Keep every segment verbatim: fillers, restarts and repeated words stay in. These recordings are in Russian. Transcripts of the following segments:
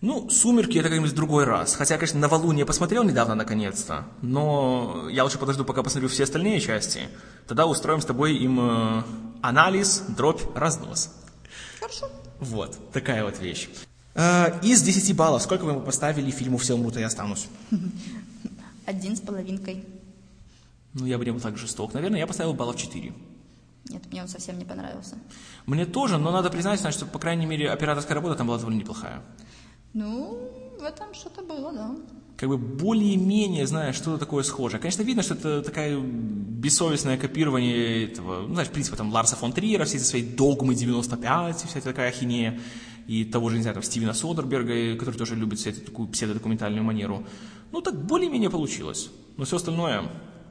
Ну, «Сумерки» — это как-нибудь в другой раз. Хотя, конечно, «Новолуние» посмотрел недавно, наконец-то. Но я лучше подожду, пока посмотрю все остальные части. Тогда устроим с тобой им э, анализ, дробь, разнос. Хорошо. Вот, такая вот вещь. Э, из десяти баллов сколько вы ему поставили фильму «Все умрут, а я останусь»? Один с половинкой. Ну, я бы не был так жесток. Наверное, я поставил баллов четыре. Нет, мне он совсем не понравился. Мне тоже, но надо признать, значит, что, по крайней мере, операторская работа там была довольно неплохая. Ну, в этом что-то было, да. Как бы более-менее, знаешь, что-то такое схожее. Конечно, видно, что это такое бессовестное копирование этого, ну, знаешь, в принципе, там, Ларса фон Триера, все эти свои «Догмы девяносто пять», вся эта такая ахинея, и того же, не знаю, там, Стивена Содерберга, который тоже любит всю эту такую псевдодокументальную манеру. Ну, так более-менее получилось. Но все остальное...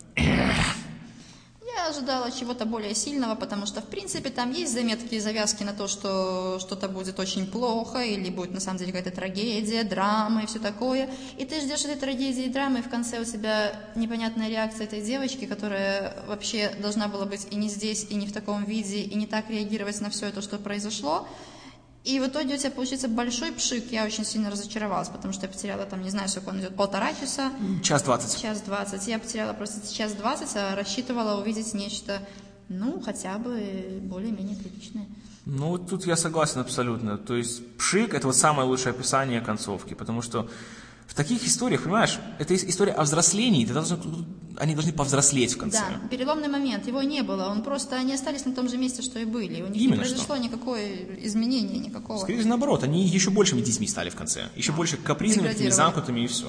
Я ожидала чего-то более сильного, потому что, в принципе, там есть заметки и завязки на то, что что-то будет очень плохо, или будет, на самом деле, какая-то трагедия, драма и все такое. И ты ждешь этой трагедии и драмы, и в конце у тебя непонятная реакция этой девочки, которая вообще должна была быть и не здесь, и не в таком виде, и не так реагировать на все это, что произошло. И в итоге у тебя получится большой пшик. Я очень сильно разочаровалась, потому что я потеряла там, не знаю, сколько он идет, полтора часа. Час двадцать. Час двадцать. Я потеряла просто час двадцать, а рассчитывала увидеть нечто, ну, хотя бы более-менее приличное. Ну, тут я согласен абсолютно. То есть пшик — это вот самое лучшее описание концовки, потому что в таких историях, понимаешь, это история о взрослении, ты должен, они должны повзрослеть в конце. Да, переломный момент, его не было, он просто, они остались на том же месте, что и были, у них Именно не произошло что. никакого изменения, никакого. Скорее наоборот, они еще большими детьми стали в конце, еще больше капризными, такими замкнутыми и все.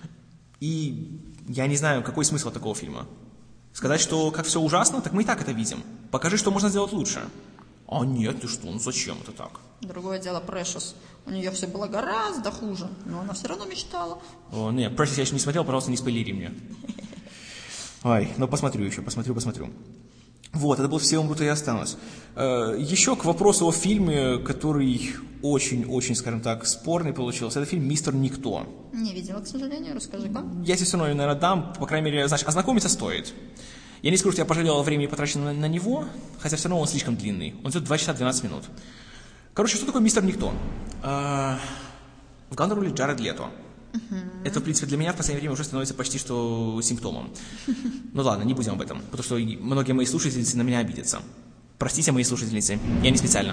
И я не знаю, какой смысл такого фильма. Сказать, что как все ужасно, так мы и так это видим. Покажи, что можно сделать лучше. А нет, ты что, ну зачем это так? Другое дело Precious. У нее все было гораздо хуже, но она все равно мечтала. О, нет, Precious я еще не смотрел, пожалуйста, не спойлери мне. Ой, ну посмотрю еще, посмотрю, посмотрю. Вот, это был «Все умрут, и я останусь». Еще к вопросу о фильме, который очень-очень, скажем так, спорный получился. Это фильм «Мистер Никто». Не видела, к сожалению, расскажи-ка. Я тебе все равно, наверное, дам, по крайней мере, значит, ознакомиться стоит. Я не скажу, что я пожалел времени, потраченного на, на него, хотя все равно он слишком длинный. Он идет два часа двенадцать минут. Короче, что такое «Мистер Никто»? А, в главной роли Джаред Лето. Uh-huh. Это, в принципе, для меня в последнее время уже становится почти что симптомом. Ну ладно, не будем об этом, потому что многие мои слушательницы на меня обидятся. Простите, мои слушательницы, я не специально.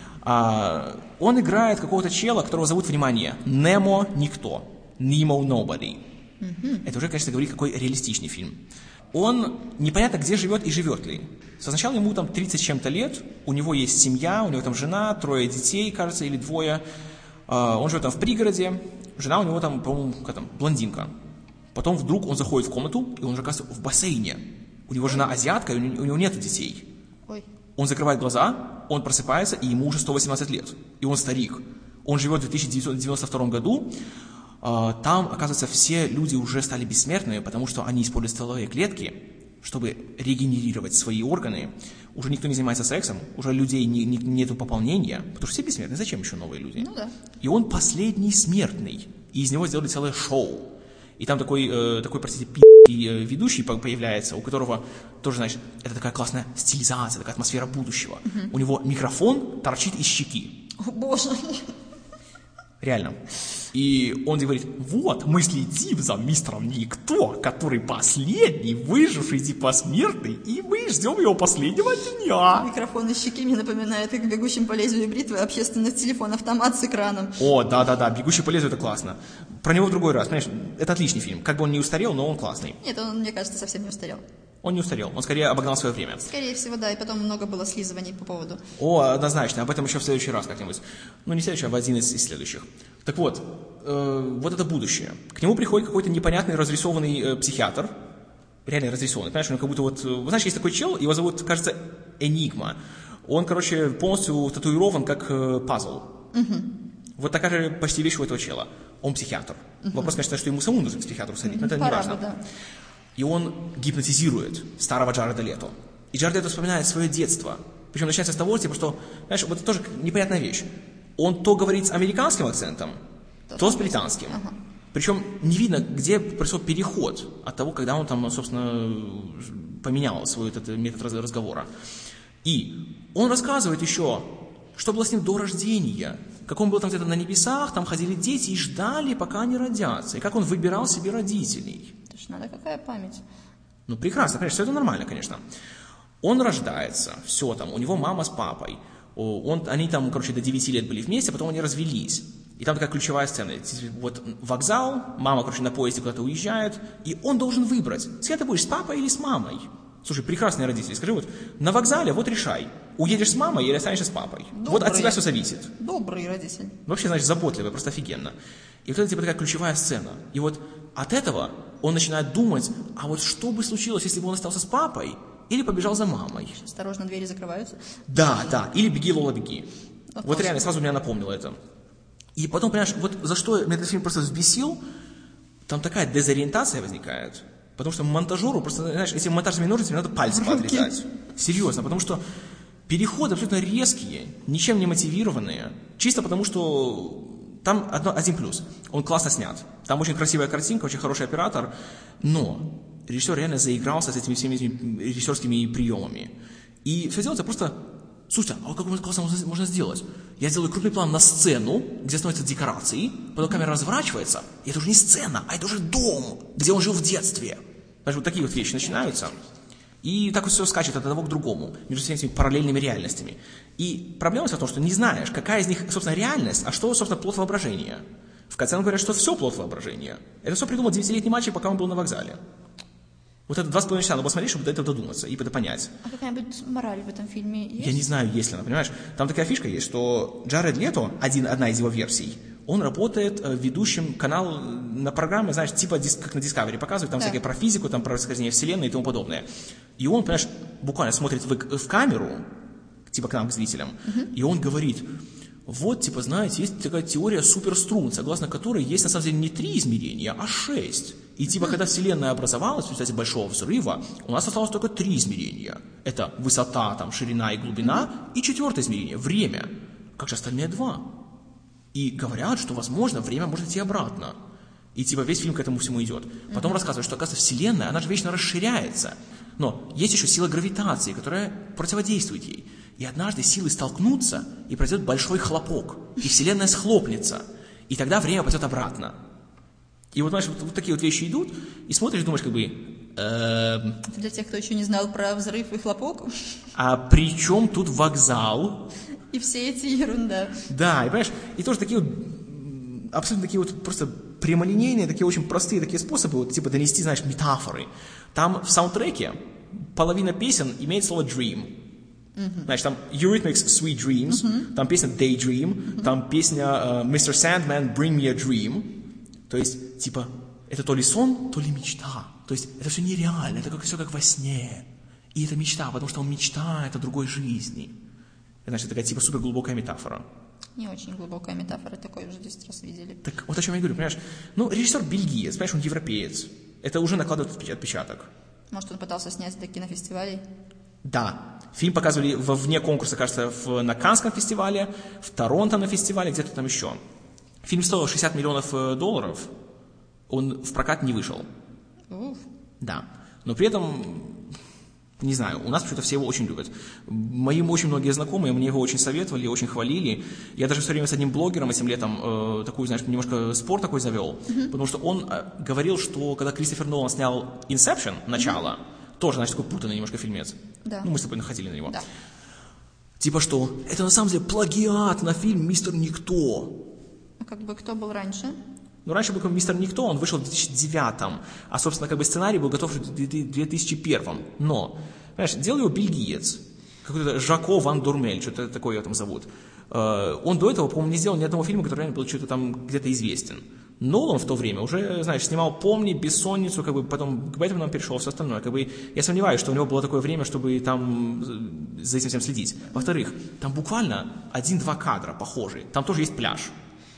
А, он играет какого-то чела, которого зовут, внимание, Немо Никто. Nemo Nobody. Uh-huh. Это уже, конечно, говорит, какой реалистичный фильм. Он непонятно где живет и живет ли. Сначала ему там тридцать с чем-то лет, у него есть семья, у него там жена, трое детей, кажется, или двое. Он живет там в пригороде, жена у него там, по-моему, как там, блондинка. Потом вдруг он заходит в комнату, и он же, оказывается, в бассейне. У него жена азиатка, и у него нет детей. Ой. Он закрывает глаза, он просыпается, и ему уже сто восемнадцать лет. И он старик. Он живет в две тысячи девятьсот девяносто втором году. Там, оказывается, все люди уже стали бессмертными, потому что они используют стволовые клетки, чтобы регенерировать свои органы. Уже никто не занимается сексом, уже людей не, не, нету пополнения, потому что все бессмертные, зачем еще новые люди? Ну да. И он последний смертный, и из него сделали целое шоу. И там такой, э, такой простите, пи***й ведущий появляется, у которого тоже, знаешь, это такая классная стилизация, такая атмосфера будущего. Uh-huh. У него микрофон торчит из щеки. О, боже. Реально. И он говорит, вот, мы следим за мистером Никто, который последний, выживший типа смертный, и мы ждем его последнего дня. Микрофон из щеки мне напоминает, как в «Бегущем по лезвию бритвы» общественный телефон-автомат с экраном. О, да-да-да, «Бегущий по лезвию» — это классно. Про него в другой раз, понимаешь, это отличный фильм. Как бы он не устарел, но он классный. Нет, он, мне кажется, совсем не устарел. Он не устарел, он скорее обогнал свое время. Скорее всего, да, и потом много было слизываний по поводу. О, однозначно, об этом еще в следующий раз как-нибудь. Ну, не следующий, а в один из, из следующих. Так вот, э, вот это будущее. К нему приходит какой-то непонятный разрисованный э, психиатр. Реально разрисованный, понимаешь, он как будто вот... Вы знаешь, есть такой чел, его зовут, кажется, Энигма. Он, короче, полностью татуирован как э, пазл. Угу. Вот такая же почти вещь у этого чела. Он психиатр. Угу. Вопрос, конечно, что ему самому нужно к психиатру сходить, но это не важно. Да. И он гипнотизирует старого Джареда Лето. И Джаред Лето вспоминает свое детство. Причем начинается с того, типа, что, знаешь, вот это тоже непонятная вещь. Он то говорит с американским акцентом, то, то с британским. Ага. Причем не видно, где происходит переход от того, когда он там, собственно, поменял свой этот метод разговора. И он рассказывает еще что было с ним до рождения. Как он был там где-то на небесах, там ходили дети и ждали, пока они родятся. И как он выбирал себе родителей. Это ж надо какая память. Ну, прекрасно, конечно, все это нормально, конечно. Он рождается, все там, у него мама с папой. Он, они там, короче, до девяти лет были вместе, потом они развелись. И там такая ключевая сцена. Вот вокзал, мама, короче, на поезде куда-то уезжает, и он должен выбрать, с кем ты будешь, с папой или с мамой. Слушай, прекрасные родители, скажи, вот на вокзале, вот решай, уедешь с мамой или останешься с папой. Добрый, вот от тебя все зависит. Добрый родитель. Вообще, значит, заботливый, просто офигенно. И вот это типа такая ключевая сцена. И вот от этого он начинает думать, а вот что бы случилось, если бы он остался с папой или побежал за мамой. Осторожно, двери закрываются. Да, да, или беги, Лола, беги. Вот, вот реально, сразу меня напомнило это. И потом, понимаешь, вот за что меня этот фильм просто взбесил, там такая дезориентация возникает. Потому что монтажеру просто, знаешь, этими монтажными ножницами надо пальцы поотрезать. Серьезно, потому что переходы абсолютно резкие, ничем не мотивированные. Чисто потому, что там одно, один плюс. Он классно снят. Там очень красивая картинка, очень хороший оператор. Но режиссер реально заигрался с этими всеми этими режиссерскими приемами. И все делается просто... Слушайте, а как это классно можно, можно сделать? Я сделаю крупный план на сцену, где становятся декорации, потом камера разворачивается, и это уже не сцена, а это уже дом, где он жил в детстве. Даже вот такие вот вещи начинаются. И так вот все скачет от одного к другому, между всеми этими параллельными реальностями. И проблема в том, что не знаешь, какая из них, собственно, реальность, а что, собственно, плод воображения. В конце он говорит, что все плод воображения. Это все придумал девятилетний мальчик, пока он был на вокзале. Вот это два с половиной часа надо посмотреть, чтобы до этого додуматься и это понять. А какая-нибудь мораль в этом фильме есть? Я не знаю, есть ли она, понимаешь? Там такая фишка есть, что Джаред Лето, один, одна из его версий, он работает э, ведущим канал на программе, знаешь, типа как на Discovery показывают, там да. всякие про физику, там про расхождение вселенной и тому подобное. И он, понимаешь, буквально смотрит в, в камеру, типа к нам, к зрителям, угу. и он говорит... Вот, типа, знаете, есть такая теория суперструн, согласно которой есть, на самом деле, не три измерения, а шесть. И, типа, когда Вселенная образовалась в результате Большого Взрыва, у нас осталось только три измерения. Это высота, там, ширина и глубина, и четвертое измерение – время. Как же остальные два? И говорят, что, возможно, время может идти обратно. И, типа, весь фильм к этому всему идет. Потом рассказывают, что, оказывается, Вселенная, она же вечно расширяется. Но есть еще сила гравитации, которая противодействует ей. И однажды силы столкнутся, и произойдет большой хлопок, и Вселенная схлопнется, и тогда время пойдет обратно. И вот, знаешь, вот, вот такие вот вещи идут, и смотришь, думаешь, как бы... Э, Это для тех, кто еще не знал про взрыв и хлопок. А при чем тут вокзал? И все эти ерунда. Да, и понимаешь, и тоже такие вот, абсолютно такие вот просто прямолинейные, такие очень простые такие способы, вот, типа донести, знаешь, метафоры. Там в саундтреке половина песен имеет слово «dream». Uh-huh. Значит, там Eurythmics Sweet Dreams, uh-huh. там песня Daydream, uh-huh. там песня uh, мистер Sandman Bring Me a Dream. То есть, типа, это то ли сон, то ли мечта. То есть, это все нереально, это как, все как во сне. И это мечта, потому что он мечтает о другой жизни. Это, значит, такая, типа, суперглубокая метафора. Не очень глубокая метафора, такой уже десять раз видели. Так вот о чем я говорю, понимаешь? Ну, режиссер бельгиец, понимаешь, он европеец. Это уже накладывает отпечаток. Может, он пытался снять до кинофестивалей? Да. Фильм показывали во вне конкурса, кажется, в, на Каннском фестивале, в Торонто на фестивале, где-то там еще. Фильм стоил шестьдесят миллионов долларов, он в прокат не вышел. Уф. Да. Но при этом, не знаю, у нас почему-то все его очень любят. Мои очень многие знакомые мне его очень советовали, очень хвалили. Я даже все время с одним блогером этим летом э, такую, знаешь, немножко спор такой завел, mm-hmm. потому что он э, говорил, что когда Кристофер Нолан снял «Инсепшн», начало, mm-hmm. тоже, значит, такой путанный немножко фильмец. Да. Ну, мы с тобой находили на него. Да. Типа что, это на самом деле плагиат на фильм «Мистер Никто». А как бы кто был раньше? Ну, раньше был «Мистер Никто», он вышел в две тысячи девятом, а, собственно, как бы сценарий был готов в две тысячи первом. Но, понимаешь, делал его бельгиец, какой-то Жако Ван Дурмель, что-то такое его там зовут. Он до этого, по-моему, не сделал ни одного фильма, который реально был что-то там где-то известен. Нолан в то время уже, знаешь, снимал «Помни», «Бессонницу», как бы потом к Бэтмену перешел, все остальное. Как бы я сомневаюсь, что у него было такое время, чтобы там за этим всем следить. Во-вторых, там буквально один-два кадра похожие. Там тоже есть пляж.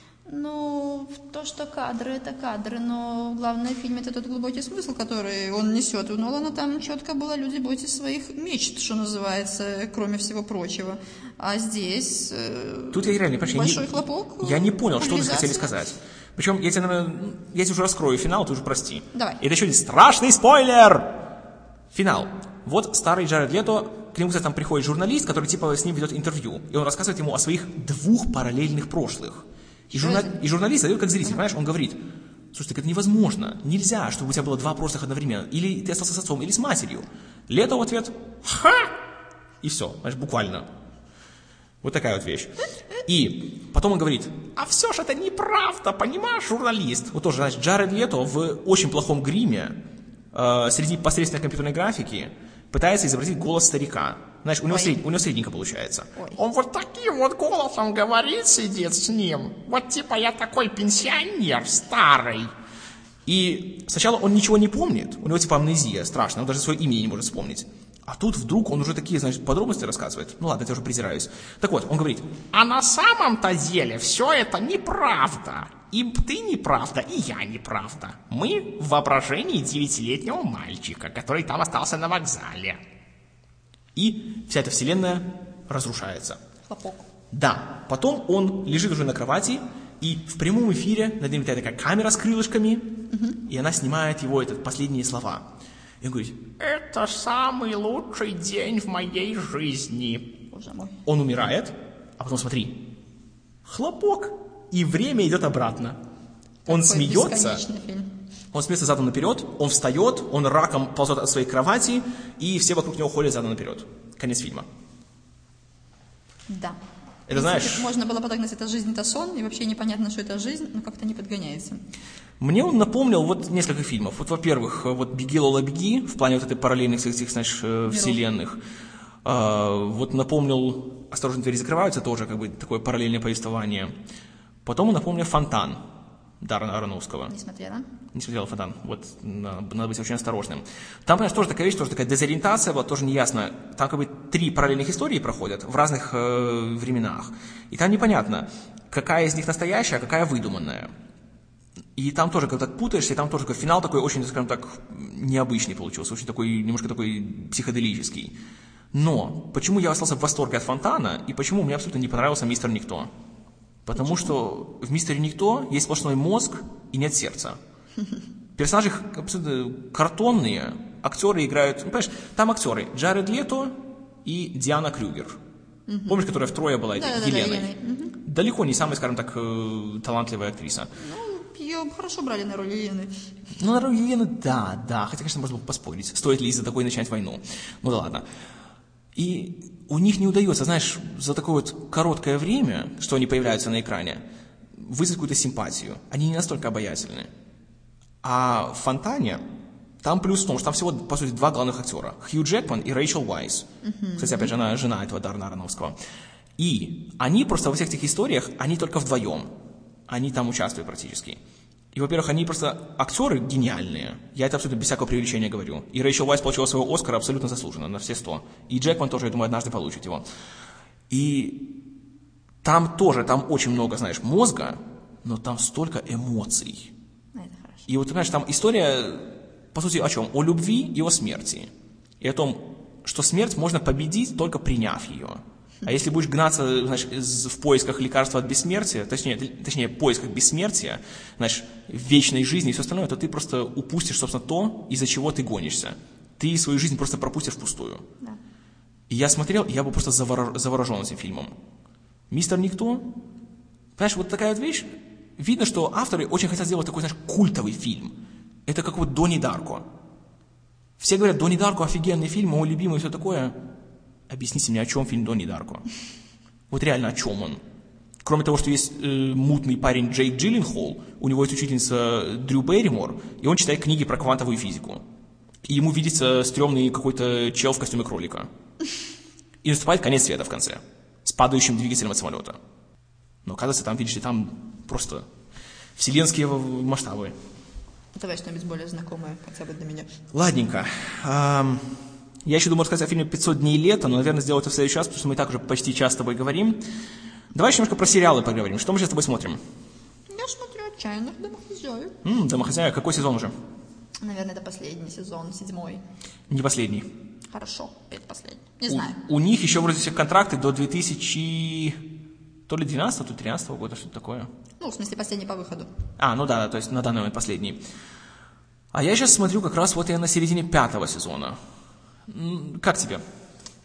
Ну, то, что кадры, это кадры, но главное в фильме это тот глубокий смысл, который он несет. У Нолана там четко было «Люди, бойтесь своих мечт», что называется, кроме всего прочего. А здесь тут я реально, большой я не, хлопок. Я не понял, что вы хотели сказать. Причем я тебе, наверное, я тебе уже раскрою финал, ты уже прости. Давай. Это еще один страшный спойлер! Финал. Вот старый Джаред Лето к нему, кстати, там приходит журналист, который типа с ним ведет интервью, и он рассказывает ему о своих двух параллельных прошлых. И, журна... и журналист задает как зритель, понимаешь, он говорит: слушай, так это невозможно, нельзя, чтобы у тебя было два прошлых одновременно, или ты остался с отцом, или с матерью. Лето в ответ: ха! И все, знаешь, буквально. Вот такая вот вещь. И потом он говорит: а все же это неправда, понимаешь, журналист. Вот тоже, значит, Джаред Лето в очень плохом гриме, э, среди посредственной компьютерной графики, пытается изобразить голос старика. Знаешь, у него, сред... у него средненько получается. Ой. Он вот таким вот голосом говорит, сидит с ним. Вот типа я такой пенсионер старый. И сначала он ничего не помнит, у него типа амнезия страшная, он даже свое имя не может вспомнить. А тут вдруг он уже такие, значит, подробности рассказывает. Ну ладно, я уже презираюсь. Так вот, он говорит: а на самом-то деле все это неправда. И ты неправда, и я неправда. Мы в воображении девятилетнего мальчика, который там остался на вокзале. И вся эта вселенная разрушается. Хлопок. Да, потом он лежит уже на кровати, и в прямом эфире над ним такая камера с крылышками, угу. И она снимает его этот, последние слова. И он говорит: это самый лучший день в моей жизни. Боже мой. Он умирает, а потом смотри, хлопок, и время идет обратно. Он Какой смеется, фильм. он смеется задом наперед, он встает, он раком ползет от своей кровати, и все вокруг него ходят задом наперед. Конец фильма. Да. Это, знаешь, можно было подогнать: это жизнь, это сон, и вообще непонятно, что это жизнь, но как-то не подгоняется. Мне он напомнил вот несколько фильмов. Вот, во-первых, вот «Беги, Лола, беги», в плане вот этой параллельных этих, знаешь, вселенных. А, вот напомнил «Осторожно, двери закрываются», тоже как бы такое параллельное повествование. Потом он напомнил «Фонтан» Даррена Аронофского. Не смотрела. Не смотрела «Фонтан». Вот, надо, надо быть очень осторожным. Там, понимаешь, тоже такая вещь, тоже такая дезориентация, вот тоже неясно. Там как бы три параллельных истории проходят в разных э, временах. И там непонятно, какая из них настоящая, а какая выдуманная. И там тоже как-то путаешься, и там тоже такой финал такой очень, скажем так, необычный получился, очень такой, немножко такой психоделический. Но почему я остался в восторге от «Фонтана», и почему мне абсолютно не понравился «Мистер Никто»? Потому что в «Мистере Никто» есть сплошной мозг и нет сердца. Персонажи абсолютно картонные, актеры играют... Ну, понимаешь, там актеры Джаред Лето и Диана Крюгер. Угу. Помнишь, которая втрое была этой, да, Еленой? Да, да, угу. Далеко не самая, скажем так, талантливая актриса. Ну, ее хорошо брали на роль Елены. Ну, на роль Елены, да, да. Хотя, конечно, можно было поспорить, стоит ли из-за такой начать войну. Ну да ладно. И у них не удается, знаешь, за такое вот короткое время, что они появляются на экране, вызвать какую-то симпатию. Они не настолько обаятельны. А в «Фонтане» там плюс в том, что там всего, по сути, два главных актера. Хью Джекман и Рэйчел Уайс. Uh-huh. Кстати, опять же, она жена этого Даррена Аронофского. И они просто во всех этих историях, они только вдвоем. Они там участвуют практически. И, во-первых, они просто актеры гениальные. Я это абсолютно без всякого преувеличения говорю. И Рэйчел Уайс получила своего Оскара абсолютно заслуженно, на все сто. И Джекман тоже, я думаю, однажды получит его. И там тоже, там очень много, знаешь, мозга, но там столько эмоций. Это хорошо. И вот, ты понимаешь, там история, по сути, о чем? О любви и о смерти. И о том, что смерть можно победить, только приняв ее. А если будешь гнаться, знаешь, в поисках лекарства от бессмертия, точнее, точнее, в поисках бессмертия, знаешь, вечной жизни и все остальное, то ты просто упустишь, собственно, то, из-за чего ты гонишься. Ты свою жизнь просто пропустишь впустую. Да. И я смотрел, и я был просто заворож... заворожен этим фильмом. «Мистер Никто», понимаешь, вот такая вот вещь. Видно, что авторы очень хотят сделать такой, знаешь, культовый фильм. Это как вот «Донни Дарко». Все говорят: «Донни Дарко» офигенный фильм, мой любимый и все такое. Объясните мне, о чем фильм «Донни Дарко»? Вот реально, о чем он? Кроме того, что есть э, мутный парень Джейк Джилленхол, у него есть учительница Дрю Берримор, и он читает книги про квантовую физику. И ему видится стрёмный какой-то чел в костюме кролика. И наступает конец света в конце, с падающим двигателем от самолета. Но оказывается, там, видишь ли, там просто вселенские масштабы. Давай что-нибудь более знакомое, хотя бы для меня. Ладненько. Эм... Я еще думал сказать о фильме «пятьсот дней лета», но, наверное, сделаю это в следующий раз, потому что мы и так уже почти час с тобой говорим. Давай еще немножко про сериалы поговорим. Что мы сейчас с тобой смотрим? Я смотрю «Отчаянных домохозяек». М-м, «Домохозяек». Какой сезон уже? Наверное, это последний сезон, седьмой. Не последний. Хорошо, это последний. Не знаю. У, у них еще вроде все контракты до две тысячи... То ли двенадцатого, то ли тринадцатого года, что-то такое. Ну, в смысле, последний по выходу. А, ну да, то есть на данный момент последний. А я сейчас смотрю как раз вот я на середине пятого сезона. Как тебе?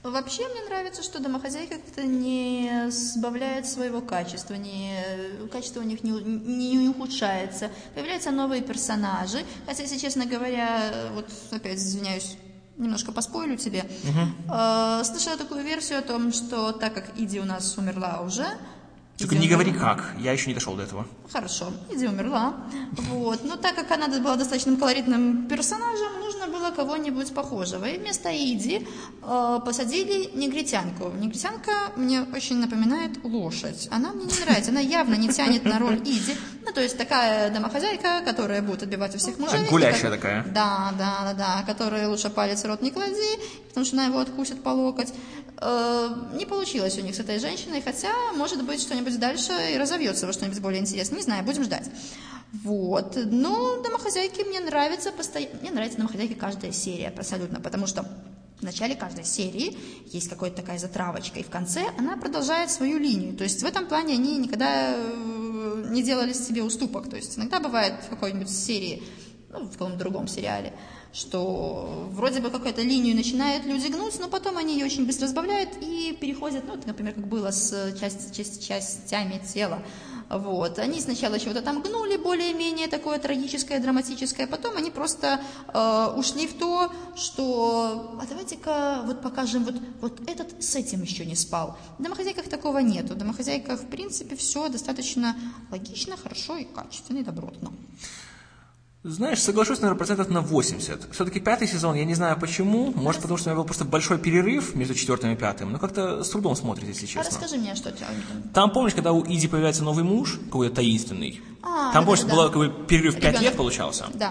Вообще мне нравится, что домохозяйка как-то не сбавляет своего качества, не, качество у них не, не ухудшается. Появляются новые персонажи. Хотя, если честно говоря, вот опять извиняюсь, немножко поспойлю тебе. Угу. Э, слышала такую версию о том, что так как Иди у нас умерла уже... Только не говори как, я еще не дошел до этого. Хорошо, Иди умерла. Вот. Но так как она была достаточно колоритным персонажем, нужно было кого-нибудь похожего. И вместо Иди э, посадили негритянку. Негритянка мне очень напоминает лошадь. Она мне не нравится, она явно не тянет на роль Иди. Ну, то есть такая домохозяйка, которая будет отбивать у всех мужей. Так, гулящая как... такая. Да, да, да, да, которая лучше палец в рот не клади, потому что она его откусит по локоть. Э, не получилось у них с этой женщиной, хотя, может быть, что-нибудь дальше и разовьется во что-нибудь более интересное. Не знаю, будем ждать. Вот. Но домохозяйки мне нравятся постоянно. Мне нравится домохозяйки каждая серия, абсолютно, потому что в начале каждой серии есть какая-то такая затравочка, и в конце она продолжает свою линию. То есть в этом плане они никогда не делали себе уступок. То есть иногда бывает в какой-нибудь серии, ну, в каком-то другом сериале, что вроде бы какую-то линию начинают люди гнуть, но потом они ее очень быстро сбавляют и переходят, ну, например, как было с часть, часть, частями тела. Вот. Они сначала чего-то там гнули, более-менее такое трагическое, драматическое, потом они просто э, ушли в то, что а давайте-ка вот покажем, вот, вот этот с этим еще не спал. В домохозяйках такого нету. В домохозяйках, в принципе, все достаточно логично, хорошо и качественно, и добротно. Знаешь, соглашусь, наверное, процентов на восемьдесят. Все-таки пятый сезон, я не знаю почему. Может, потому что у меня был просто большой перерыв между четвертым и пятым. Но как-то с трудом смотрится, если честно. А расскажи мне, что тебя там. Там, помнишь, когда у Иди появляется новый муж, какой-то таинственный? А, там, да, помнишь, да, был да. какой перерыв пять лет получался? Да.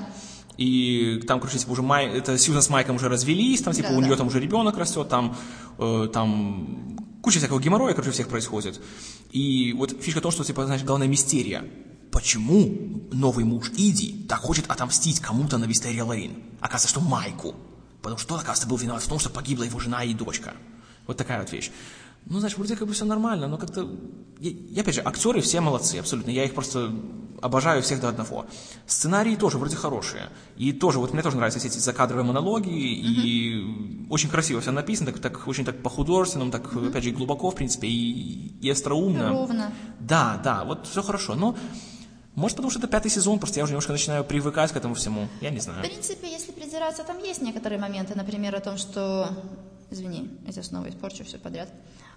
И там, короче, типа, уже Май, это Сьюзан с Майком уже развелись, там, типа, да, у да. нее там уже ребенок растет, там, э, там куча всякого геморроя, короче, у всех происходит. И вот фишка в том, что, типа, знаешь, главная мистерия. Почему новый муж Иди так хочет отомстить кому-то на Вистерия Лейн? Оказывается, что Майку. Потому что тот, оказывается, был виноват в том, что погибла его жена и дочка. Вот такая вот вещь. Ну, знаешь, вроде как бы все нормально, но как-то... Я, я, опять же, актеры все молодцы, абсолютно. Я их просто обожаю всех до одного. Сценарии тоже вроде хорошие. И тоже, вот мне тоже нравятся все эти закадровые монологи, mm-hmm. и очень красиво все написано, так, так, очень так по-художественному, так, mm-hmm. опять же, и глубоко, в принципе, и, и остроумно. Ровно. Да, да, вот все хорошо, но... Может, потому что это пятый сезон, просто я уже немножко начинаю привыкать к этому всему. Я не знаю. В принципе, если придираться, там есть некоторые моменты, например, о том, что... Извини, я тебя снова испорчу все подряд.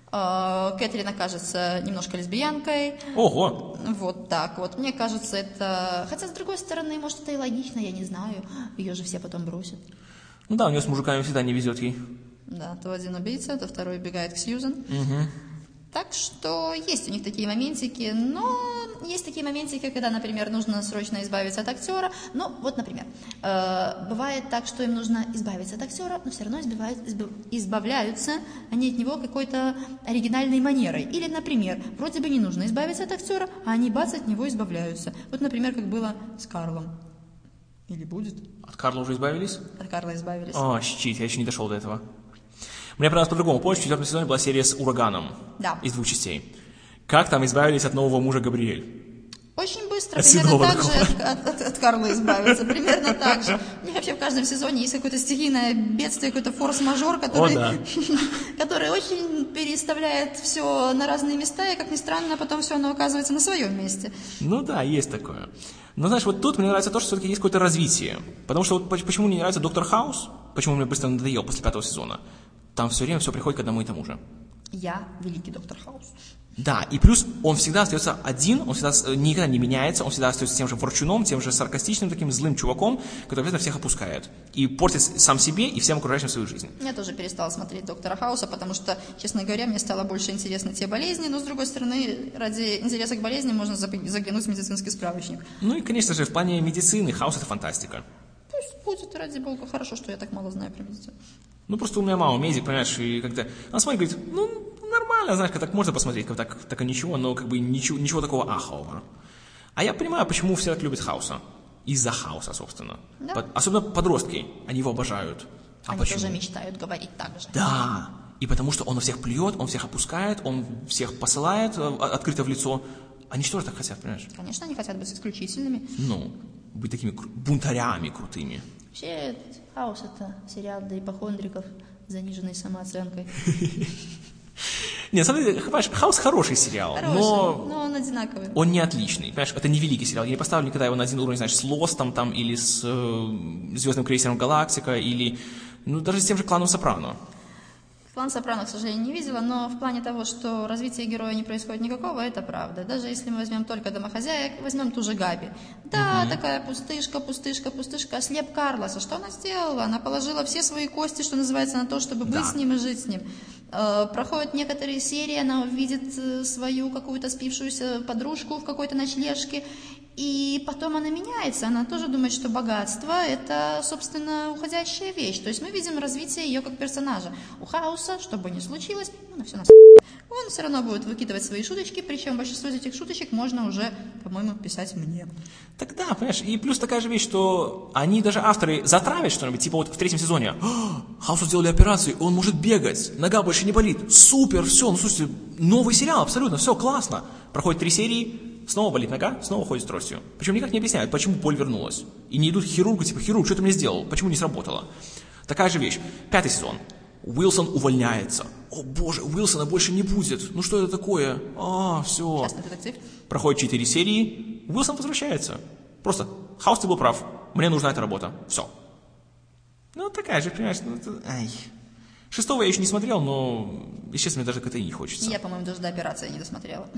Кэтрин окажется немножко лесбиянкой. Ого! Вот так вот. Мне кажется, это... Хотя, с другой стороны, может, это и логично, я не знаю. Ее же все потом бросят. Ну да, у нее с мужиками всегда не везет ей. Да, то один убийца, то второй убегает к Сьюзан. Угу. Так что есть у них такие моментики, но есть такие моментики, когда, например, нужно срочно избавиться от актера. Ну, вот, например, э, бывает так, что им нужно избавиться от актера, но все равно избавляют, избавляются они от него какой-то оригинальной манерой. Или, например, вроде бы не нужно избавиться от актера, а они бац от него избавляются. Вот, например, как было с Карлом. Или будет? От Карла уже избавились? От Карла избавились. О, щит, я еще не дошел до этого. Мне понравилось по-другому. Помнишь, в четвертом сезоне была серия с Ураганом? Да. Из двух частей. Как там избавились от нового мужа Габриэль? Очень быстро, от примерно так же от, от, от, от Карла избавиться, примерно так же. У них вообще в каждом сезоне есть какое-то стихийное бедствие, какой-то форс-мажор, который, О, да. который очень переставляет все на разные места, и, как ни странно, потом все оно оказывается на своем месте. Ну да, есть такое. Но знаешь, вот тут мне нравится то, что все-таки есть какое-то развитие. Потому что вот почему мне не нравится Доктор Хаус, почему мне быстро надоел после пятого сезона, там все время все приходит к одному и тому же. Я великий Доктор Хаус. Да, и плюс он всегда остается один, он всегда никогда не меняется, он всегда остается тем же ворчуном, тем же саркастичным таким злым чуваком, который обязательно всех опускает. И портит сам себе и всем окружающим свою жизнь. Я тоже перестала смотреть Доктора Хауса, потому что, честно говоря, мне стало больше интересно те болезни, но, с другой стороны, ради интереса к болезни можно заглянуть в медицинский справочник. Ну и, конечно же, в плане медицины Хаус — это фантастика. Пусть будет, ради бога, хорошо, что я так мало знаю про медицину. Ну, просто у меня мама медик, понимаешь, и как-то... Она смотрит, говорит, ну, нормально, знаешь, как так можно посмотреть, как так, так и ничего, но как бы ничего, ничего такого ахового. А я понимаю, почему все так любят Хауса. Из-за Хауса, собственно. Да. Под, особенно подростки, они его обожают. А Они почему? тоже мечтают говорить так же. Да, и потому что он всех плюет, он всех опускает, он всех посылает открыто в лицо. Они что же так хотят, понимаешь? Конечно, они хотят быть исключительными. Ну, быть такими кру- бунтарями крутыми. Вообще, Хаус — это сериал для ипохондриков. заниженной самооценкой. Не, на самом деле, понимаешь, «Хаус» хороший сериал, Хороший, но... но он одинаковый. Он не отличный, понимаешь, это не великий сериал. Я не поставлю никогда его на один уровень, знаешь, с «Лостом» там, или с э, «Звездным крейсером Галактика», или, ну, даже с тем же «Кланом Сопрано». «Клан Сопрано», к сожалению, не видела, но в плане того, что развития героя не происходит никакого, это правда. Даже если мы возьмем только домохозяек, возьмем ту же Габи. Да, угу. Такая пустышка, пустышка, пустышка, ослеп Карлоса. Что она сделала? Она положила все свои кости, что называется, на то, чтобы быть да. с ним и жить с ним. Проходят некоторые серии, она видит свою какую-то спившуюся подружку в какой-то ночлежке, и потом она меняется, она тоже думает, что богатство – это, собственно, уходящая вещь. То есть мы видим развитие ее как персонажа. У Хауса, что бы ни случилось, ну, на все нас он все равно будет выкидывать свои шуточки, причем большинство из этих шуточек можно уже, по-моему, писать мне. Так да, понимаешь, и плюс такая же вещь, что они даже авторы затравят что-нибудь, типа вот в третьем сезоне Хаусу сделали операцию, он может бегать, нога больше не болит, супер, все, ну слушайте, новый сериал, абсолютно, все, классно. Проходит три серии, снова болит нога, снова ходит с тростью. Причем никак не объясняют, почему боль вернулась. И не идут к хирургу, типа, хирург, что ты мне сделал, почему не сработало. Такая же вещь, пятый сезон. Уилсон увольняется. О боже, Уилсона больше не будет. Ну что это такое? А, все. Частный детектив. Проходит четыре серии, Уилсон возвращается. Просто, Хаус, ты был прав, мне нужна эта работа. Все. Ну, такая же, понимаешь, ну, это... Ай. Шестого я еще не смотрел, но, естественно, мне даже к этой не хочется. Я, по-моему, даже до операции не досмотрела.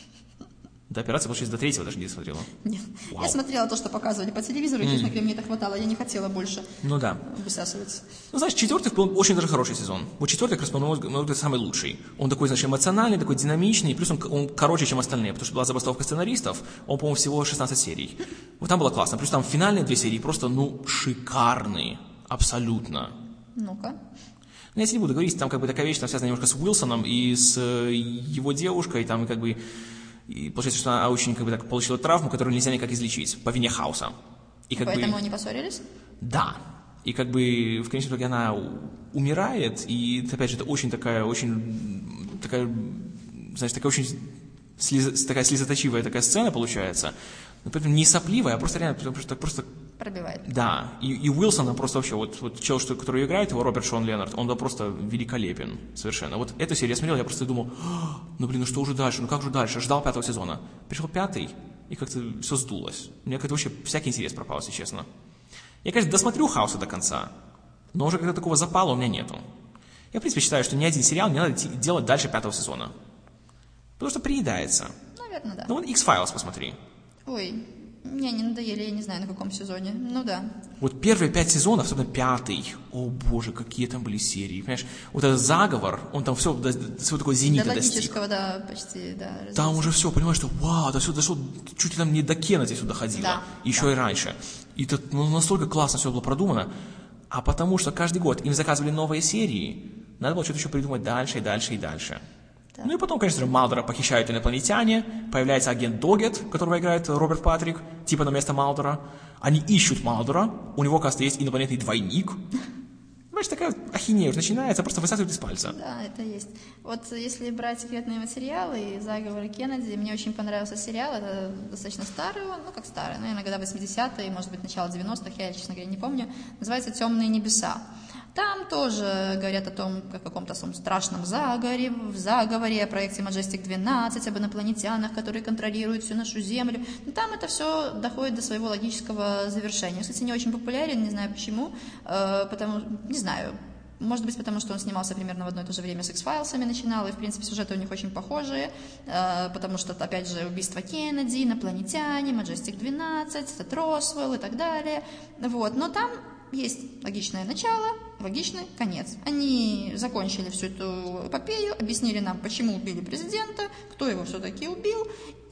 До операции, получается, до третьего даже не досмотрела? Нет. Вау. Я смотрела то, что показывали по телевизору, и, честно говоря, мне это хватало. Я не хотела больше ну, да. высасываться. Ну, знаешь, четвертый очень даже хороший сезон. Вот четвертый, как раз, по моему взгляду, самый лучший. Он такой, значит, эмоциональный, такой динамичный, плюс он, он короче, чем остальные, потому что была забастовка сценаристов, он, по-моему, всего шестнадцать серий. Вот там было классно. Плюс там финальные две серии просто, ну, шикарные. Абсолютно. Ну-ка. Ну, я тебе не буду говорить, там как бы такая вещь, там связана немножко с Уилсоном и с его девушкой, там как бы... И получается, что она очень как бы так получила травму, которую нельзя никак излечить по вине Хауса. И как Поэтому бы, они поссорились? Да. И как бы в конечном итоге она умирает, и опять же это очень такая, очень такая, знаешь, такая очень слез, такая слезоточивая такая сцена получается. Но при этом не сопливая, а просто реально, потому что просто... Пробивает. Да, и, и Уилсон просто вообще, вот, вот чел, что, который играет его, Роберт Шон Леннард, он да просто великолепен совершенно. Вот эту серию я смотрел, я просто думал, ну блин, ну что уже дальше, ну как же дальше, ждал пятого сезона. Пришел пятый, и как-то все сдулось. У меня как-то вообще всякий интерес пропал, если честно. Я, конечно, досмотрю Хауса до конца, но уже как-то такого запала у меня нету. Я, в принципе, считаю, что ни один сериал не надо делать дальше пятого сезона. Потому что приедается. Наверное, да. Ну вот X-Files посмотри. Ой, мне не надоели, я не знаю, на каком сезоне. Ну да. Вот первые пять сезонов, особенно пятый, о боже, какие там были серии. Понимаешь, вот этот заговор, он там все до, до своего такого зенита до достиг. логического, да, почти, да. Развития. Там уже все, понимаешь, что вау, дошло, дошло, чуть ли там не до Кеннеди сюда ходило. Да, еще да. И раньше. И это ну, настолько классно все было продумано. А потому что каждый год им заказывали новые серии, надо было что-то еще придумать дальше и дальше и дальше. Да. Ну и потом, конечно же, Малдера похищают инопланетяне, появляется агент Догет, которого играет Роберт Патрик, типа на место Малдера. Они ищут Малдера, у него, кажется, есть инопланетный двойник. Понимаешь, такая ахинея уже начинается, просто высасывает из пальца. Да, это есть. Вот если брать секретные материалы и заговоры Кеннеди, мне очень понравился сериал, это достаточно старый он, ну как старый, наверное, года восьмидесятые, может быть, начало девяностых, я, честно говоря, не помню. Называется «Темные небеса». Там тоже говорят о том, о каком-то страшном заговоре, в заговоре, о проекте Majestic двенадцать, об инопланетянах, которые контролируют всю нашу Землю. Но там это все доходит до своего логического завершения. Кстати, не очень популярен, не знаю почему, э, потому, не знаю, может быть, потому что он снимался примерно в одно и то же время с X-Files'ами, начинал, и, в принципе, сюжеты у них очень похожие, э, потому что, опять же, убийство Кеннеди, инопланетяне, Majestic двенадцать, Сет Росвелл и так далее. Вот. Но там есть логичное начало, логичный конец. Они закончили всю эту эпопею, объяснили нам, почему убили президента, кто его все-таки убил,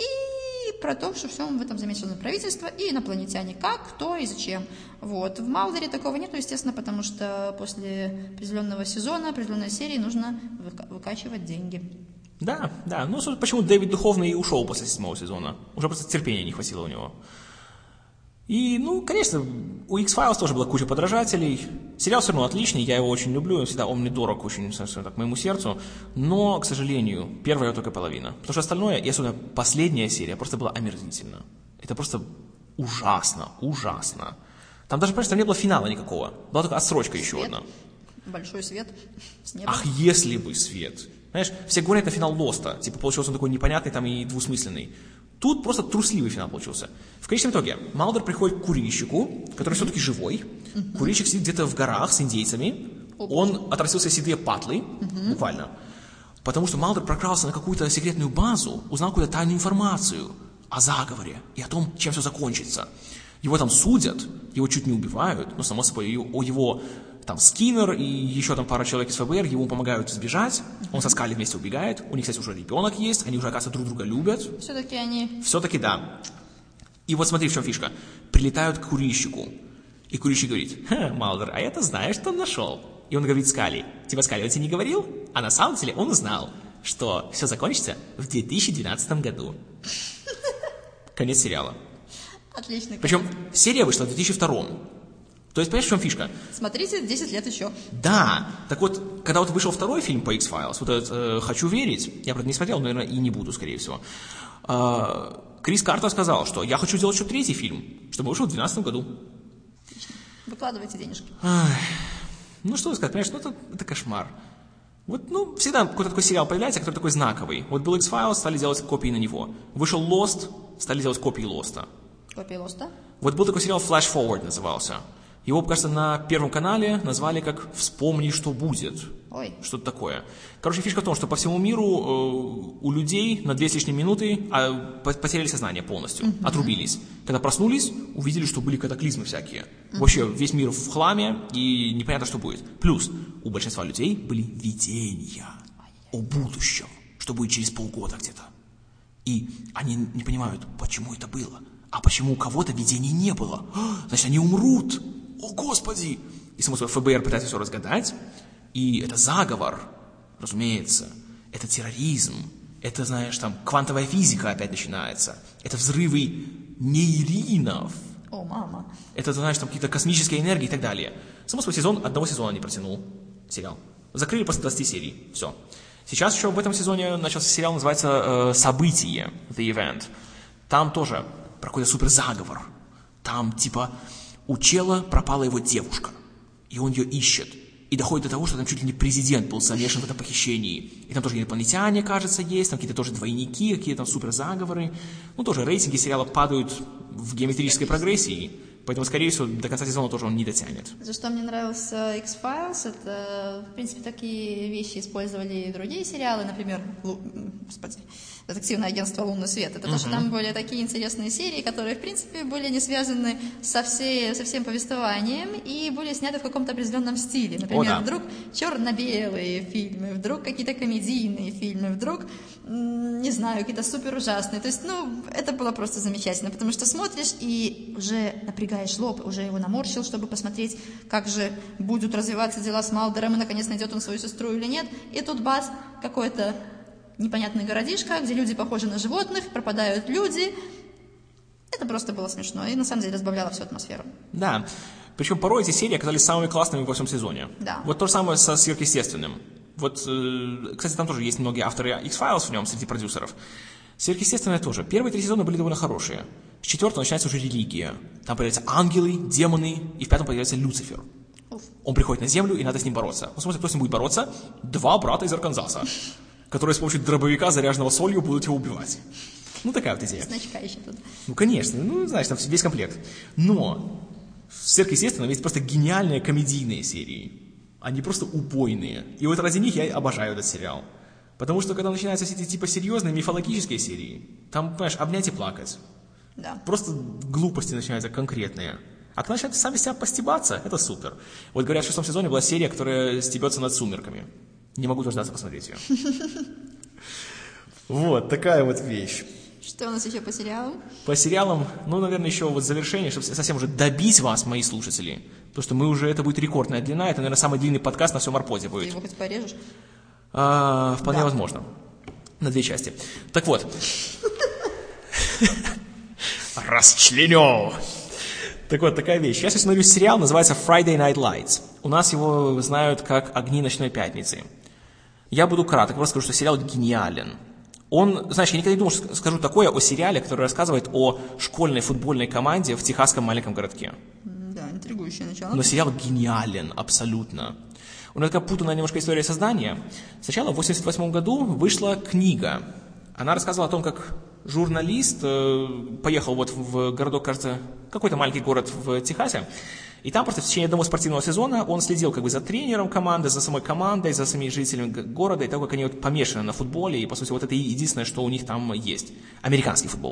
и про то, что все в этом замешано правительство и инопланетяне, как, кто и зачем. Вот. В Малдере такого нет, естественно, потому что после определенного сезона, определенной серии нужно выкачивать деньги. Да, да. Ну, почему Дэвид Духовный и ушел после седьмого сезона. Уже просто терпения не хватило у него. И, ну, конечно, у X-Files тоже была куча подражателей. Сериал все равно отличный, я его очень люблю, он всегда он мне дорог очень, так, моему сердцу. Но, к сожалению, первая только половина. Потому что остальное, и особенно последняя серия, просто была омерзительна. Это просто ужасно, ужасно. Там даже, понимаешь, там не было финала никакого. Была только отсрочка еще одна. Большой свет с неба. Ах, если бы свет. Знаешь, все говорят, это финал Лоста. Типа, получился он такой непонятный там и двусмысленный. Тут просто трусливый финал получился. В конечном итоге Малдер приходит к курильщику, который mm-hmm. все-таки живой. Mm-hmm. Курильщик сидит где-то в горах с индейцами. Oh, он отрастился седые патлы, mm-hmm. буквально. Потому что Малдер прокрался на какую-то секретную базу, узнал какую-то тайную информацию о заговоре и о том, чем все закончится. Его там судят, его чуть не убивают, но, само собой, его, его там Скиннер и еще там пара человек из ФБР ему помогают сбежать, он со Скалли вместе убегает, у них, кстати, уже ребенок есть, они уже, оказывается, друг друга любят. Все-таки они... Все-таки да. И вот смотри, в чем фишка. Прилетают к курильщику, и курильщик говорит: «Ха, Малдер, а я-то знаю, что он нашел». И он говорит Скалли: «Типа, Скалли, он тебе не говорил?» А на самом деле он узнал, что все закончится в две тысячи двенадцатом году. Конец сериала. Отлично. Причем серия вышла в две тысячи втором. То есть, понимаешь, в чем фишка? Смотрите, десять лет еще. Да. Так вот, когда вот вышел второй фильм по X-Files, вот этот э, «Хочу верить», я, правда, не смотрел, наверное, и не буду, скорее всего, э, Крис Картер сказал, что я хочу делать еще третий фильм, чтобы вышел в две тысячи двенадцатом году. Отлично. Выкладывайте денежки. Ах, ну, что сказать, понимаешь, ну, это, это кошмар. Вот, ну, всегда какой-то такой сериал появляется, который такой знаковый. Вот был X-Files, стали делать копии на него. Вышел Lost, стали делать копии Lost. Копии Lost? Вот был такой сериал Flash Forward назывался. Его, кажется, на Первом канале назвали как «Вспомни, что будет». Ой. Что-то такое. Короче, фишка в том, что по всему миру э, у людей на две с лишним минуты э, потеряли сознание полностью, uh-huh. отрубились. Когда проснулись, увидели, что были катаклизмы всякие. Uh-huh. Вообще, весь мир в хламе, и непонятно, что будет. Плюс, у большинства людей были видения о будущем, что будет через полгода где-то. И они не понимают, почему это было. А почему у кого-то видений не было? Значит, они умрут. О, Господи! И, само собой, ФБР пытается все разгадать. И это заговор, разумеется. Это терроризм. Это, знаешь, там, квантовая физика опять начинается. Это взрывы нейринов. О, мама. Это, знаешь, там какие-то космические энергии и так далее. Само собой, сезон, одного сезона не протянул сериал. Закрыли после двадцати серий. Все. Сейчас еще в этом сезоне начался сериал, называется э, «Событие», The Event. Там тоже про какой-то суперзаговор. Там, типа, у чела пропала его девушка, и он ее ищет. И доходит до того, что там чуть ли не президент был замешан в этом похищении. И там тоже инопланетяне, кажется, есть, там какие-то тоже двойники, какие-то там суперзаговоры. Ну, тоже рейтинги сериала падают в геометрической прогрессии. Поэтому, скорее всего, до конца сезона тоже он не дотянет. За что мне нравился X-Files, это, в принципе, такие вещи использовали и другие сериалы, например, Лу... Господи, детективное агентство «Лунный свет». Это uh-huh. то, что там были такие интересные серии, которые, в принципе, были не связаны со, всей, со всем повествованием и были сняты в каком-то определенном стиле. Например, О, да. вдруг черно-белые фильмы, вдруг какие-то комедийные фильмы, вдруг, не знаю, какие-то супер ужасные. То есть, ну, это было просто замечательно, потому что смотришь и уже напрягаешь лоб, уже его наморщил, чтобы посмотреть, как же будут развиваться дела с Малдером, и, наконец, найдет он свою сестру или нет. И тут бац, какой-то непонятный городишко, где люди похожи на животных, пропадают люди. Это просто было смешно и, на самом деле, разбавляло всю атмосферу. Да. Причем порой эти серии оказались самыми классными во всем сезоне. Да. Вот то же самое со «Сверхъестественным». Вот, э, кстати, там тоже есть многие авторы X-Files в нем, среди продюсеров. «Сверхъестественное» тоже. Первые три сезона были довольно хорошие. С четвертого начинается уже религия. Там появляются ангелы, демоны, и в пятом появляется Люцифер. Уф. Он приходит на землю, и надо с ним бороться. Ну, смотрите, кто с ним будет бороться? Два брата из Арканзаса, которые с помощью дробовика, заряженного солью, будут его убивать. Ну, такая вот идея. Значка еще тут. Ну, конечно, ну, знаешь, там весь комплект. Но в «Сверхъестественном» есть просто гениальные комедийные серии. Они просто убойные. И вот ради них я обожаю этот сериал. Потому что, когда начинаются эти типа серьезные мифологические серии, там, понимаешь, обнять и плакать. Да. Просто глупости начинаются конкретные. А когда начинают сами себя постебаться, это супер. Вот говорят, в шестом сезоне была серия, которая стебется над сумерками. Не могу дождаться посмотреть ее. Вот, такая вот вещь. Что у нас еще по сериалам? По сериалам, ну, наверное, еще вот завершение, чтобы совсем уже добить вас, мои слушатели. Потому что мы уже, это будет рекордная длина, это, наверное, самый длинный подкаст на всем Арподе будет. Ты его хоть порежешь? А, вполне да. возможно. На две части. Так вот. Расчленю. Так вот, такая вещь. Я сейчас смотрю сериал, называется Friday Night Lights. У нас его знают как «Огни ночной пятницы». Я буду краток, просто скажу, что сериал гениален. Он, знаешь, я никогда не думал, что скажу такое о сериале, который рассказывает о школьной футбольной команде в техасском маленьком городке. Да, интригующее начало. Но сериал гениален, абсолютно. У меня такая путанная немножко история создания. Сначала в восемьдесят восьмом году вышла книга. Она рассказывала о том, как журналист э, поехал вот в городок, кажется, какой-то маленький город в Техасе, и там просто в течение одного спортивного сезона он следил как бы за тренером команды, за самой командой, за самими жителями города, и так как они вот помешаны на футболе, и, по сути, вот это единственное, что у них там есть. Американский футбол.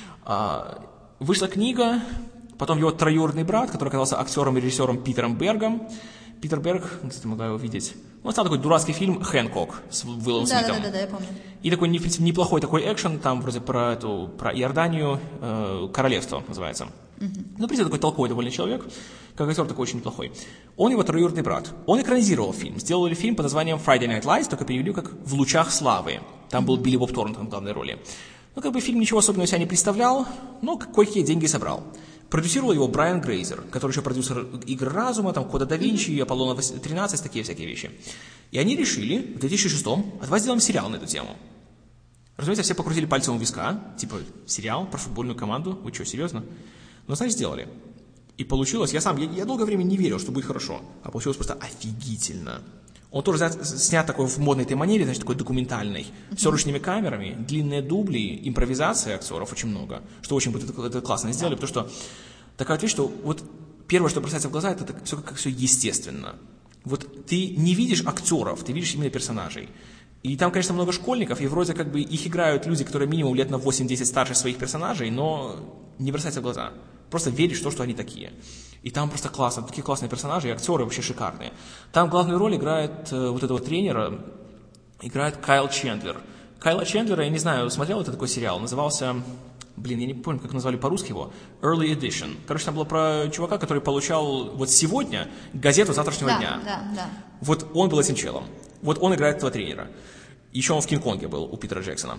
А, вышла книга, потом его троюродный брат, который оказался актером и режиссером Питером Бергом. Питер Берг, кстати, могла его видеть. Он стал такой дурацкий фильм «Хэнкок» с Уиллом да, Смитом. Да, да, да, я помню. И такой, в принципе, неплохой такой экшен, там вроде про эту, про Иорданию, э, королевство называется. Uh-huh. Ну, в принципе, такой толковый довольно человек, как актер такой очень неплохой. Он его троюродный брат. Он экранизировал фильм. Сделали фильм под названием Friday Night Lights, только перевели как «В лучах славы». Там uh-huh. был Билли Боб Торнтон в главной роли. Ну, как бы фильм ничего особенного себя не представлял, но кое-какие деньги собрал. Продюсировал его Брайан Грейзер, который еще продюсер «Игры разума», там, «Кода да Винчи», mm-hmm. «Аполлона тринадцать», такие всякие вещи. И они решили в две тысячи шестом, а давай сделаем сериал на эту тему. Разумеется, все покрутили пальцем у виска, типа, сериал про футбольную команду, вы что, серьезно? Но, значит, сделали. И получилось, я сам, я, я долгое время не верил, что будет хорошо, а получилось просто офигительно. Он тоже снят, снят такой в модной этой манере, значит, такой документальной, mm-hmm. все ручными камерами, длинные дубли, импровизация актеров очень много, что очень это, это классно сделали, потому что такая вещь, что вот первое, что бросается в глаза, это так, все как все естественно. Вот ты не видишь актеров, ты видишь именно персонажей. И там, конечно, много школьников, и вроде как бы их играют люди, которые минимум лет на восемь-десять старше своих персонажей, но не бросается в глаза. Просто веришь в то, что они такие. И там просто классно, такие классные персонажи, и актеры вообще шикарные. Там главную роль играет э, вот этого тренера, играет Кайл Чендлер. Кайла Чендлера, я не знаю, смотрел это такой сериал, назывался, блин, я не помню, как назвали по-русски его, Early Edition. Короче, там было про чувака, который получал вот сегодня газету завтрашнего да, дня. Да, да. Вот он был этим челом. Вот он играет этого тренера. Еще он в Кинг-Конге был у Питера Джексона.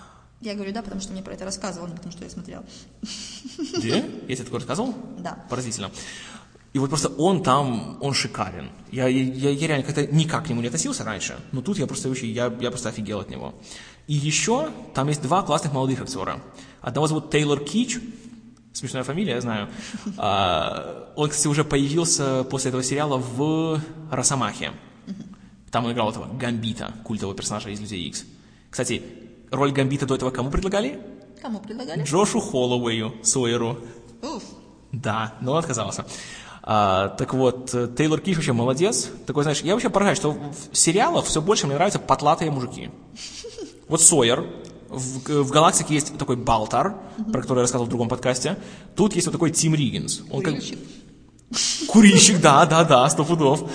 Я говорю, да, потому что мне про это рассказывал, не потому что я смотрел. Да? Я тебе такое рассказывал? Да. Поразительно. И вот просто он там, он шикарен. Я, я, я реально как-то никак к нему не относился раньше, но тут я просто, вообще, я, я просто офигел от него. И еще там есть два классных молодых актера. Одного зовут Тейлор Кич, смешная фамилия, я знаю. А, он, кстати, уже появился после этого сериала в «Росомахе». Там он играл этого Гамбита, культового персонажа из «Людей Икс». Кстати, роль Гамбита до этого кому предлагали? Кому предлагали? Джошу Холлоуэю, Сойеру. Уф. Да, но он отказался. А, так вот, Тейлор Киш вообще молодец. Такой, знаешь, я вообще поражаюсь, что в сериалах все больше мне нравятся потлатые мужики. Вот Сойер, в, в «Галактике» есть такой Балтар, mm-hmm. про который я рассказывал в другом подкасте. Тут есть вот такой Тим Риггинс. Он Курильщик. Как... Курильщик, да, да, да, сто пудов.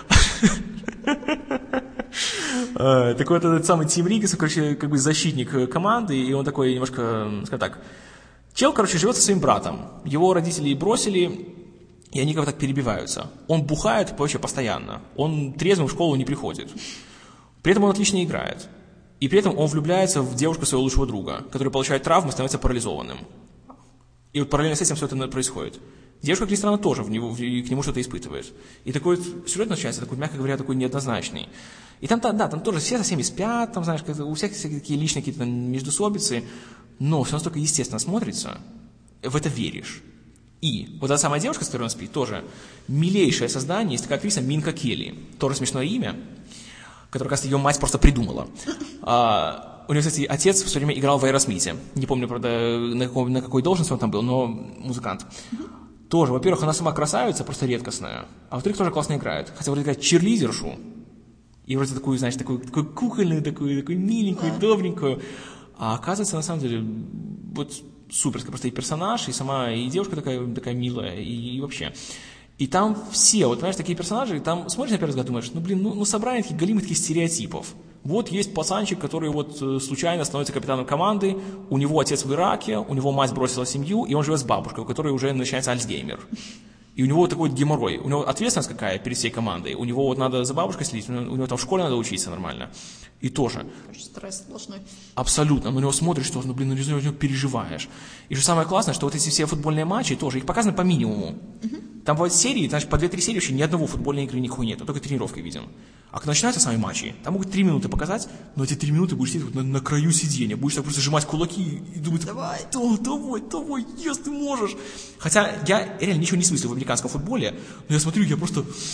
Так вот, этот самый Тим Риггинс, короче, как бы защитник команды, и он такой немножко, скажем так, чел, короче, живет со своим братом. Его родители бросили, и они как-то так перебиваются. Он бухает вообще постоянно. Он трезвым в школу не приходит. При этом он отлично играет. И при этом он влюбляется в девушку своего лучшего друга, который получает травму и становится парализованным. И вот параллельно с этим все это происходит. Девушка, как ни странно, тоже в него, в, к нему что-то испытывает. И такой вот сюжет начинается, такой, мягко говоря, такой неоднозначный. И там, да, там тоже все со всеми спят, там, знаешь, у всех всякие такие личные какие-то междусобицы, но все настолько естественно смотрится, в это веришь. И вот эта самая девушка, с которой он спит, тоже милейшее создание, есть такая актриса Минка Келли, тоже смешное имя, которое, кажется, ее мать просто придумала. А, у нее, кстати, отец все время играл в Аэросмите. Не помню, правда, на какой, на какой должности он там был, но музыкант. Тоже, во-первых, она сама красавица, просто редкостная, а во-вторых, тоже классно играет. Хотя вроде играет чирлидершу, и вроде такую, знаешь, такую, такую кукольную, такую, такую миленькую, добренькую. А оказывается, на самом деле, вот суперская просто и персонаж, и сама, и девушка такая, такая милая, и, и вообще. И там все, вот, понимаешь, такие персонажи, там смотришь на первый взгляд, думаешь, ну, блин, ну, ну собрание таких галимых таких стереотипов. Вот есть пацанчик, который вот случайно становится капитаном команды, у него отец в Ираке, у него мать бросила семью, и он живет с бабушкой, у которой уже начинается Альцгеймер. И у него вот такой вот геморрой, у него ответственность какая перед всей командой, у него вот надо за бабушкой следить, у него, у него там в школе надо учиться нормально. И тоже. Стресс сплошной. Абсолютно, на него смотришь тоже, ну блин, ну за него переживаешь. И что самое классное, что вот эти все футбольные матчи тоже, их показаны по минимуму. Uh-huh. Там бывают серии, значит, по две-три серии вообще ни одного футбольной игры нихуя нет, только тренировки виден. А когда начинаются сами матчи, там могут три минуты показать, но эти три минуты будешь сидеть вот на, на краю сиденья, будешь так просто сжимать кулаки и думать, давай, да, давай, давай, yes, ты можешь. Хотя я реально ничего не смыслю в американском футболе, но я смотрю, я просто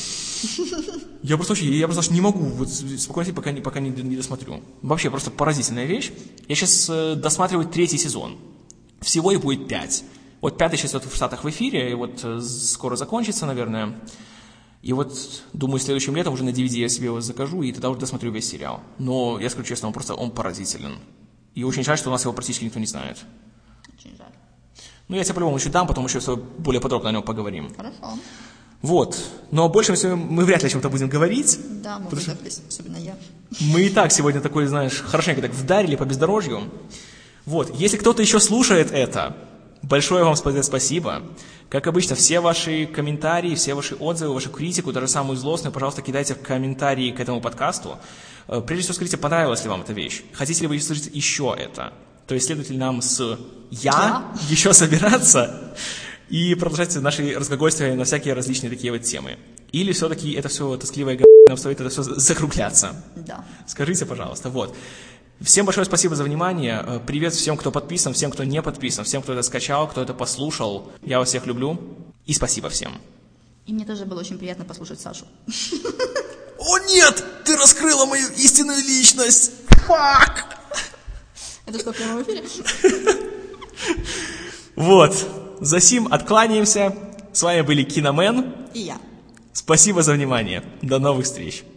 Я просто вообще, я просто не могу вот спокойно сидеть, пока, не, пока не, не досмотрю. Вообще просто поразительная вещь. Я сейчас э, досматриваю третий сезон. Всего их будет пять. Вот пятый сейчас вот в Штатах в эфире, и вот э, скоро закончится, наверное. И вот, думаю, следующим летом уже на ди ви ди я себе его закажу, и тогда уже досмотрю весь сериал. Но, я скажу честно, он просто, он поразителен. И очень жаль, что у нас его практически никто не знает. Очень жаль. Ну, я тебе по-любому еще дам, потом еще более подробно о нем поговорим. Хорошо. Вот. Но больше всего мы вряд ли о чем-то будем говорить. Да, мы выдохлись, особенно я. Мы и так сегодня такой, знаешь, хорошенько так вдарили по бездорожью. Вот. Если кто-то еще слушает это, большое вам спасибо. Как обычно, все ваши комментарии, все ваши отзывы, вашу критику, даже самую злостную, пожалуйста, кидайте в комментарии к этому подкасту. Прежде всего, скажите, понравилась ли вам эта вещь? Хотите ли вы слышать еще это? То есть, следует ли нам с «я» да. еще собираться и продолжать наши разглагольствия на всякие различные такие вот темы? Или все-таки это все тоскливое г***, нам стоит это все закругляться? Да. Скажите, пожалуйста, вот. Всем большое спасибо за внимание. Привет всем, кто подписан, всем, кто не подписан, всем, кто это скачал, кто это послушал. Я вас всех люблю. И спасибо всем. И мне тоже было очень приятно послушать Сашу. О нет! Ты раскрыла мою истинную личность! Фак! Это что, в прямом эфире? Вот. За сим откланяемся. С вами были Киномен. И я. Спасибо за внимание. До новых встреч.